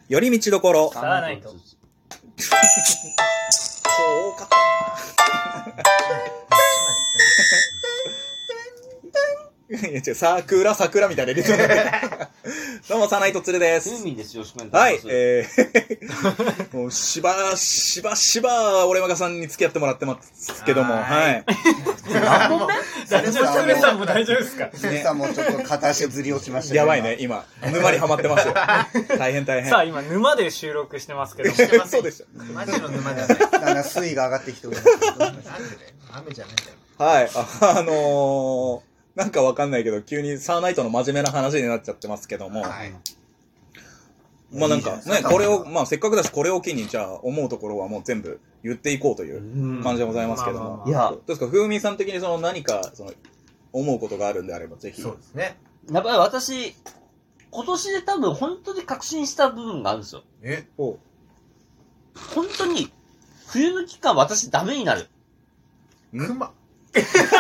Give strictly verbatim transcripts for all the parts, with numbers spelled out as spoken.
寄り道どころ。 さあないと。多かったな。いや違う、桜桜みたいなリズム。どうもサナイトツルです。 ユーミンです。よろしくお願いします。 はい、えー、もうしばしばしば俺マガさんに付き合ってもらってますけども、はい。 何本目？ 大丈夫、ツルさんも大丈夫ですか？ ツルさんもちょっと片足ずり落ちましたね。 やばいね、今沼にはまってますよ。大変大変。 さあ今沼で収録してますけど。 そうでした。 マジの沼だね。 だんだん水位が上がってきております。 なんでね、雨じゃないんだよ。 はい、あ、あのー。なんかわかんないけど、急にサーナイトの真面目な話になっちゃってますけども。はい。まあなんかね、これを、まあせっかくだしこれを機に、じゃあ思うところはもう全部言っていこうという感じでございますけども。 いや、 どうですか、ふうみんさん的にその何か、その、思うことがあるんであれば、ぜひ。 そうですね。 やっぱり私、今年で多分本当に確信した部分があるんですよ。 えお本当に、冬の期間私ダメになる。 クマサ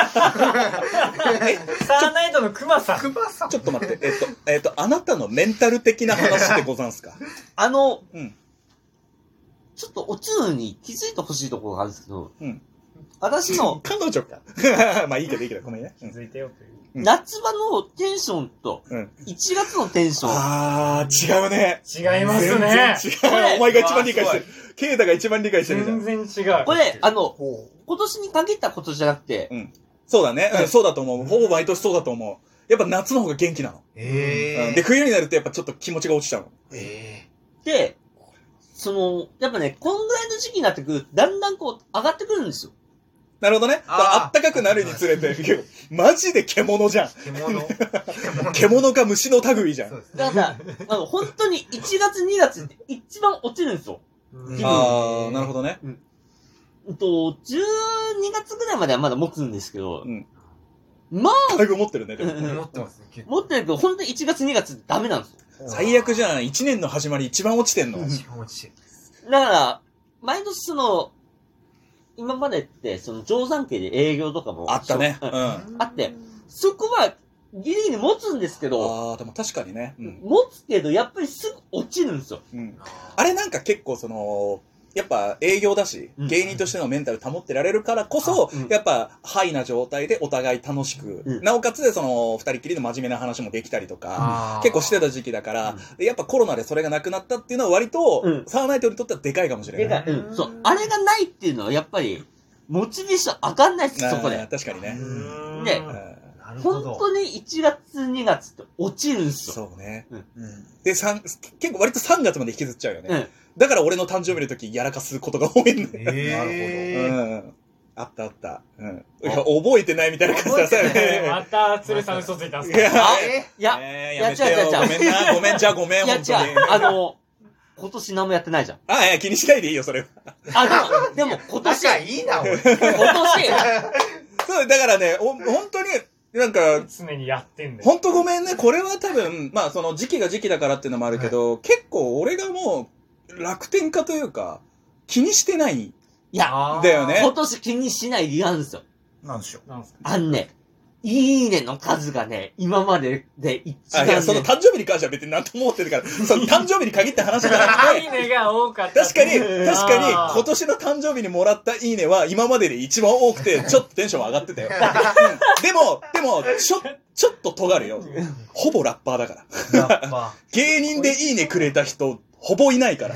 ーナイトのクマさん。 クマさんちょっと待って、えっと、えっと、あなたのメンタル的な話でござんすか？ あの、 うん。 ちょっとおつゆに気づいてほしいところがあるんですけど、 うん。 私の、 彼女か。まあいいけどいいけど、ごめんね。 気づいてよという。 夏場のテンションと、 うん。 いちがつのテンション。 あー、違うね。 違いますね。 全然違う。お前が一番理解してる。ケイタが一番理解してるじゃん。 全然違う。 これ、あの、今年に限ったことじゃなくて、 うん。そうだね。うん、そうだと思う。ほぼ毎年そうだと思う。やっぱ夏の方が元気なの。 えー。で、冬になるとやっぱちょっと気持ちが落ちちゃうの。 えー。で、その、やっぱね、こんぐらいの時期になってくると、だんだんこう、上がってくるんですよ。 なるほどね。あったかくなるにつれて、マジで獣じゃん。 獣獣か虫の類じゃん。 だから、あの、本当にいちがつにがつって一番落ちるんですよ。 あー、なるほどね。 うん。うんと、じゅうにがつぐらいまではまだ持つんですけど、うん。まあ、 軽く持ってるね、でも。 持ってますね。 持ってるけど、本当にいちがつにがつダメなんですよ。 最悪じゃん。いちねんの始まり一番落ちてんの。 一番落ちてる。 だから、毎年その、今までって、その、定山系で営業とかも。 あったね。 うん。あって、そこは、ギリギリ持つんですけど。 ああ、でも確かにね。 うん、持つけど、やっぱりすぐ落ちるんですよ。 うん。あれなんか結構その、やっぱ営業だし、うん、芸人としてのメンタル保ってられるからこそ、うん、やっぱハイな状態でお互い楽しく、うん、なおかつでその二人きりの真面目な話もできたりとか、結構してた時期だから、うん、やっぱコロナでそれがなくなったっていうのは割と、うん、サーナイトにとってはでかいかもしれない。 でかい。うん。そう。あれがないっていうのはやっぱり、モチベーション上がんないです、そこで。 確かにね。 で、本当にいちがつにがつって落ちるんですよ。 そうね。うん、で、結構割とさんがつまで引きずっちゃうよね。うんだから俺の誕生日の時やらかすことが多いんだよ。 えー、 なるほど。うん。あったあった。うん。いや、覚えてないみたいな感じだったよね。 また、鶴さん嘘ついたんすか？ いや、いや、 えー、やめてよ。ごめんな、ごめん、じゃあごめん、 いや、じゃあ、あの、今年何もやってないじゃん。 あ、いや、気にしないでいいよ、それは。 あ、でも、でも今年。 仲いいな、俺。 今年。 そう、だからね、ほ、本当に、なんか、 常にやってんだよ。 ほんとごめんね、これは多分、まあその時期が時期だからっていうのもあるけど、はい、結構俺がもう、楽天家というか、気にしてない。いや、 だよね。 今年気にしない理由あるんですよ。 なんでしょう。 あんね、いいねの数がね、今までで一番、ね。 あ、いや、その誕生日に関しては別に何とも思ってるから、その誕生日に限った話じゃなくて。 いいねが多かった。 確かに、確かに、今年の誕生日にもらったいいねは今までで一番多くて、ちょっとテンション上がってたよ。でも、でも、ちょ、ちょっと尖るよ。ほぼラッパーだから。ラッパー。芸人でいいねくれた人、ほぼいないから。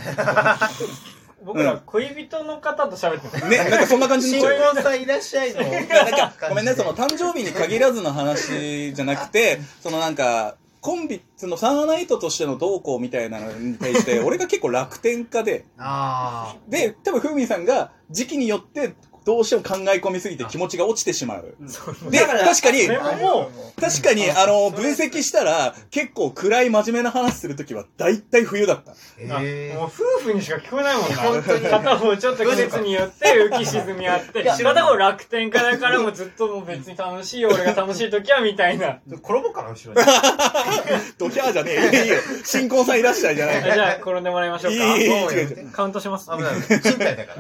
僕ら恋人の方と喋ってた。 ね、なんかそんな感じになっちゃう。新婚さんいらっしゃいの。なんか、ごめんね、その誕生日に限らずの話じゃなくて、そのなんか、コンビ、そのサーナイトとしての動向みたいなのに対して、俺が結構楽天家で、で、多分ふうみんさんが時期によって、どうしても考え込みすぎて気持ちが落ちてしまう。で、確かに、確かに、あの、分析したら、結構暗い真面目な話するときは、だいたい冬だった。 えー、もう夫婦にしか聞こえないもんな。本当に。片方ちょっと季節によって浮き沈みあって、片方楽天家だからもうずっともう別に楽しいよ、俺が楽しいときは、みたいな。 転ぼうかな、後ろに。 ドキャーじゃねえよ。いいよ。新婚さんいらっしゃいじゃない。 じゃあ、転んでもらいましょうか。いい、いい、カウントします。 危ない。賃貸だから。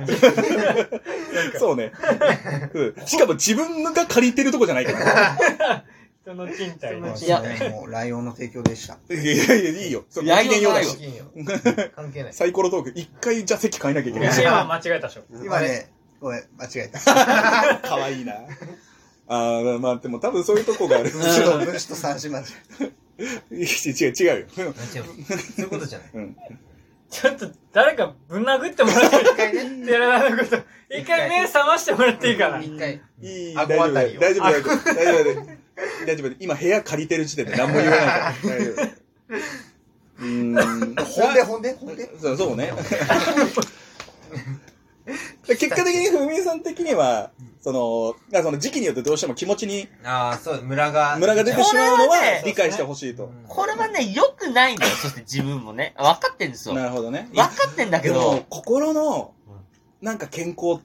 そうね。しかも自分が借りてるとこじゃないから。 人の賃貸の。 いや、もう、ライオンの提供でした。 いやいや、いいよ。ご機嫌ようだし。 関係ない。 サイコロトーク、一回じゃあ席変えなきゃいけない。 今間違えたでしょ。 今ね、ごめん、間違えた。 かわいいな。ああ、まあでも多分そういうとこがある。 虫と三姉妹。 違う、違う、違うよ。 そういうことじゃない。うん。 ちょっと誰かぶん殴ってもらっていいかいね。寺田のこと。一回目覚ましてもらっていいかな。 一回。 いい、大丈夫、大丈夫、大丈夫、大丈夫、大丈夫。今部屋借りてる時点で何も言わないから。大丈夫。うーん。 ほんで、ほんで、ほんで。 そう、そうね。結果的にふみさん的には、その、その時期によってどうしても気持ちに、 ああ、そう、ムラが。 ムラが出てしまうのは理解してほしいと。 これはね、良くないんだよ。そして自分もね。分かってんですよ。 なるほどね。 分かってんだけど。 心の、なんか健康って、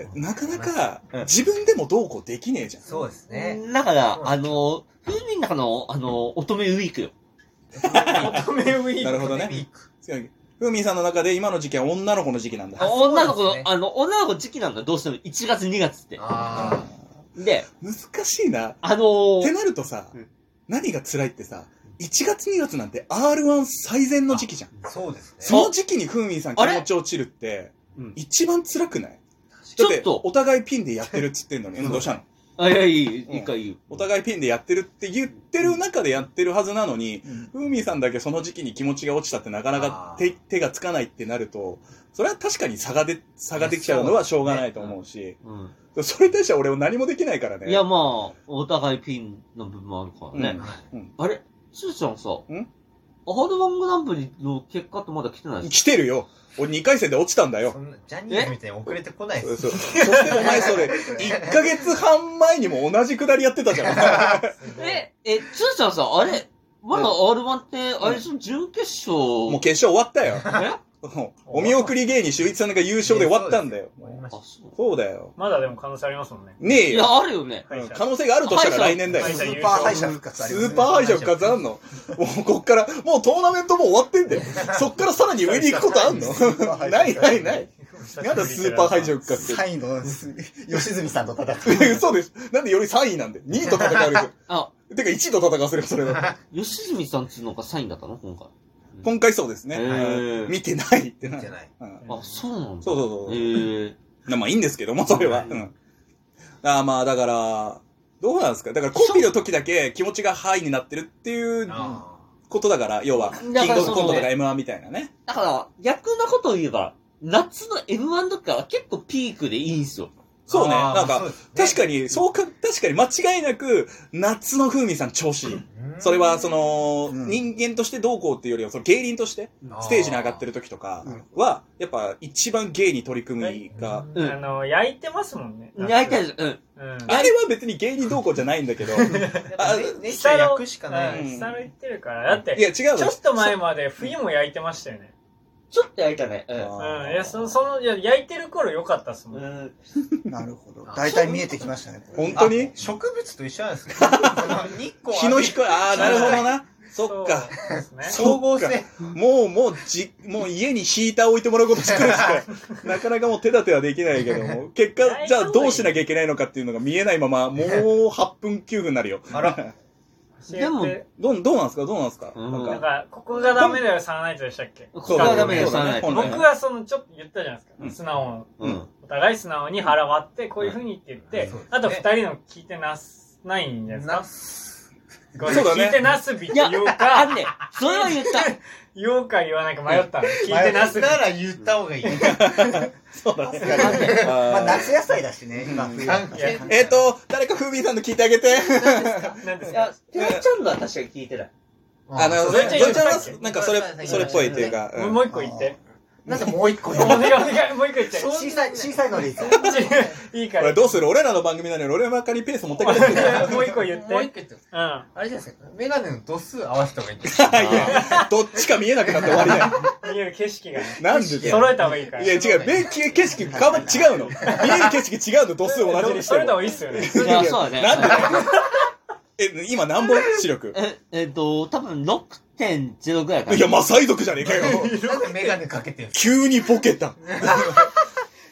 なかなか自分でもどうこうできねえじゃん。 そうですね。 だから、あの、ふみの中の、あの、乙女ウィークよ。 乙女ウィーク。 なるほどね。ふみさんの中で今の時期は女の子の時期なんだ。 女の子の、あの、女の子時期なんだ。どうしてもいちがつにがつって。 ああ。で、 難しいな。 あのー、 ってなるとさ、うん、何が辛いってさ、いちがつにがつなんて アールワン 最善の時期じゃん。 そうですね。 その時期にふみさん気持ち落ちるって、一番辛くない？だってお互いピンでやってるっつってんのに、どうしたの？ あ、いや、いい、いいかいい。 お互いピンでやってるって言ってる中でやってるはずなのに、ふみさんだけその時期に気持ちが落ちたってなかなか 手, 手がつかないってなると、それは確かに差がで、差ができちゃうのはしょうがないと思うし、うん、それに対しては俺は何もできないからね。 いや、まあ、お互いピンの部分もあるからね。うんうん、あれすーちゃんさ、んアールワン グランプリの結果ってまだ来てない来てるよ。俺にかい戦で落ちたんだよ。 そんなジャニーズみたいに遅れてこないです。 そう。そしてお前それ、いっかげつはん前にも同じくだりやってたじゃん。 え、え、つーちゃんさ、あれまだ アールワン って、あれ、その準決勝。 もう決勝終わったよ。えお見送り芸人秀一さんが優勝で終わったんだよ。そうだよ。 まだでも可能性ありますもんね。 ねえよ。 いや、あるよね。 可能性があるとしたら来年だよ。 スーパー敗者復活あります。 スーパー敗者復活あんのもうこっから、もうトーナメントも終わってんだよ。そっからさらに上に行くことあんのないないない。なんだスーパー敗者復活って。 さんいの吉住さんと戦う。そうです。なんでよりさんいなんで。にいと戦われる。あ、てかいちいと戦わせるよ、それは。 吉住さんっていうのがさんいだったの今回。 今回そうですね。見てないってな。 見てない。 あ、そうなんだ。 そうそうそう。 へえ。 まあいいんですけども、それは。うん。あまあだから、どうなんですか？だからコンビの時だけ気持ちがハイになってるっていうことだから、要は、キングオブコントとか エムワン みたいなね。 だから、逆なことを言えば、夏の エムワン とかは結構ピークでいいんすよ。 そうね。なんか、確かに、そうか、確かに間違いなく、夏の風味さん調子いい。それは、その、人間としてどうこうっていうよりは、その芸人として、ステージに上がってる時とかは、やっぱ一番芸に取り組みが。 あの、焼いてますもんね。 焼いてる。うん。 あれは別に芸人どうこうじゃないんだけど。 あ、ね、下焼くしかない。 下の言ってるから。だって、 いや違うちょっと前まで冬も焼いてましたよね。 ちょっと焼いたね。 うん。うん。いや、その、その、いや、焼いてる頃良かったっすもん。うん。 なるほど。大体見えてきましたね。 本当に植物と一緒なんですか？日光日の光、ああ、なるほどな。そっか。 総合性。 もう、もう、じ、もう家にヒーター置いてもらうこと作るしか、なかなかもう手立てはできないけども、結果、じゃあどうしなきゃいけないのかっていうのが見えないまま、もうはっぷんきゅうふんになるよ。 あら。 でも、 どう、どうなんすかどうなんすか、 うん、なんか、ここがダメだよ、サーナイトでしたっけ？ ここがダメだよ、サーナイト。 僕はその、ちょっと言ったじゃないですか。うん、素直、うん、お互い素直に腹割って、こういう風にって言って、うん、あと二人の聞いてなす、ないんじゃないですか？そうだね。聞いてなすびって言うか、 あんね、それは言った。 言おうか言わないか迷ったの。聞いてなすび。 なら言った方がいい。 そうだね。 まあ、夏野菜だしね、今冬。 えっと、誰かフービーさんの聞いてあげて。 何ですか？ いや、テラちゃんのは確かに聞いてない。 あの、ゾイちゃんは、なんかそれ、それっぽいっていうか。 もう一個言って。 なんでもう一個お願いお願い、もう一個言って。 小さい、小さいのでいいか。 いいから。 これどうする？俺らの番組なのに俺ばっかりペース持ってくれてる。 もう一個言って。 もう一個言って。うん。あれじゃないですか。メガネの度数合わせた方がいいんですか？いや、どっちか見えなくなって終わりだよ。 見える景色がね。 なんで揃えた方がいいから。 いや、違う。見える景色、かわ、違うの。見える景色違うの、度数同じにして揃えた方がいいっすよね。 いや、そうだね。 なんでえ、今何本視力？ え、えっと、多分 ろくてんゼロ ぐらいかな。 いや、マサイ族じゃねえかよ。 なんでメガネかけてんすか？ 急にボケた。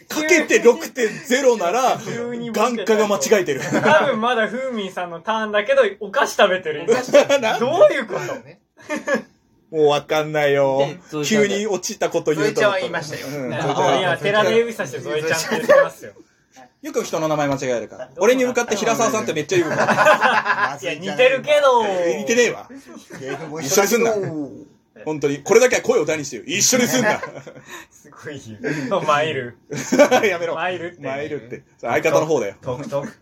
かけて ろくてんゼロ なら、眼科が間違えてる。 多分まだふーみんさんのターンだけど、お菓子食べてる。どういうことねもうわかんないよ。急に落ちたこと言うと。 ゾエちゃんは言いましたよ。うん、 今、寺で指さしてゾエちゃんって言ってますよ。 よく人の名前間違えるから。俺に向かって平沢さんってめっちゃ言うから。 いや、似てるけど。 似てねえわ。一緒にすんな。本当に。これだけは声を大にしてよ。一緒にすんな。 すごい言う。参る。 やめろ。 参るって。 参るって。相方の方だよ。 トクトク。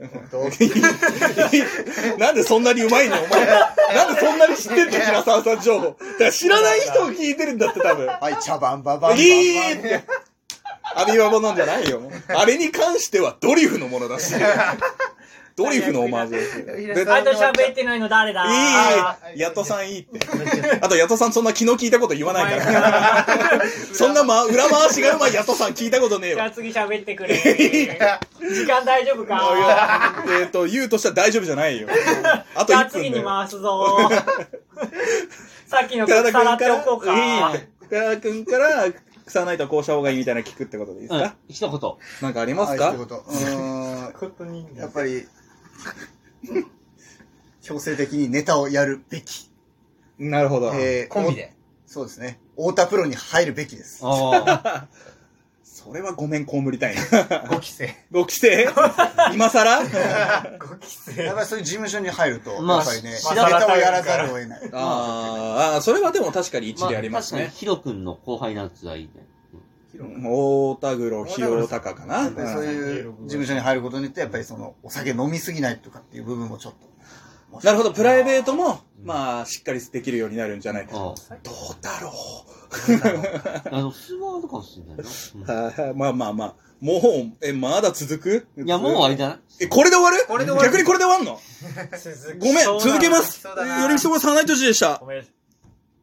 なんでそんなにうまいのお前。なんでそんなに知ってんの平沢さん情報。だから知らない人を聞いてるんだって多分。 はい、茶番ババンバンバン。 いいって。アビバボなんじゃないよ。あれに関してはドリフのものだし。ドリフのオマージュです。 あと喋ってないの誰だいいヤトさんいいって。あとヤトさんそんな気の利いたこと言わないから。そんな、ま、裏回しがうまいヤトさん聞いたことねえわ。 じゃあ次喋ってくれ。時間大丈夫かえっと、言うとしたら大丈夫じゃないよ。あといっぷん。じゃあで。 次に回すぞ。さっきの曲さらっておこうか。 寺田くんから、草ないとこうした方がいいみたいな聞くってことでいいですか、 うん、一言。 なんかありますか、 一言。うーん。やっぱり、強制的にネタをやるべき。 なるほど。 えー、コンビで。 そうですね。太田プロに入るべきです。 ああ。 それはごめん、こむりたいな。 ご期生。 ご期生今更ご期生。 やっぱりそういう事務所に入ると、 まあ、 やっぱりね、 まあ、 ネタをやらざるを得ない。 ああ、それはでも確かに一理ありますね。 まあ、確かにヒロ君の後輩のやつはいいね。 大田黒、広高かな。 そういう事務所に入ることによって、やっぱりその、お酒飲みすぎないとかっていう部分もちょっと。 なるほど、プライベートも、まあ、しっかりできるようになるんじゃないか。どうだろう。 あの、普通はあるかもしれないな。まあまあまあ。もう、え、まだ続くいや、もう終わりじゃないえ、これで終わるこれで終わる逆にこれで終わんのごめん、続けます。よりみそばサーナイトジでした。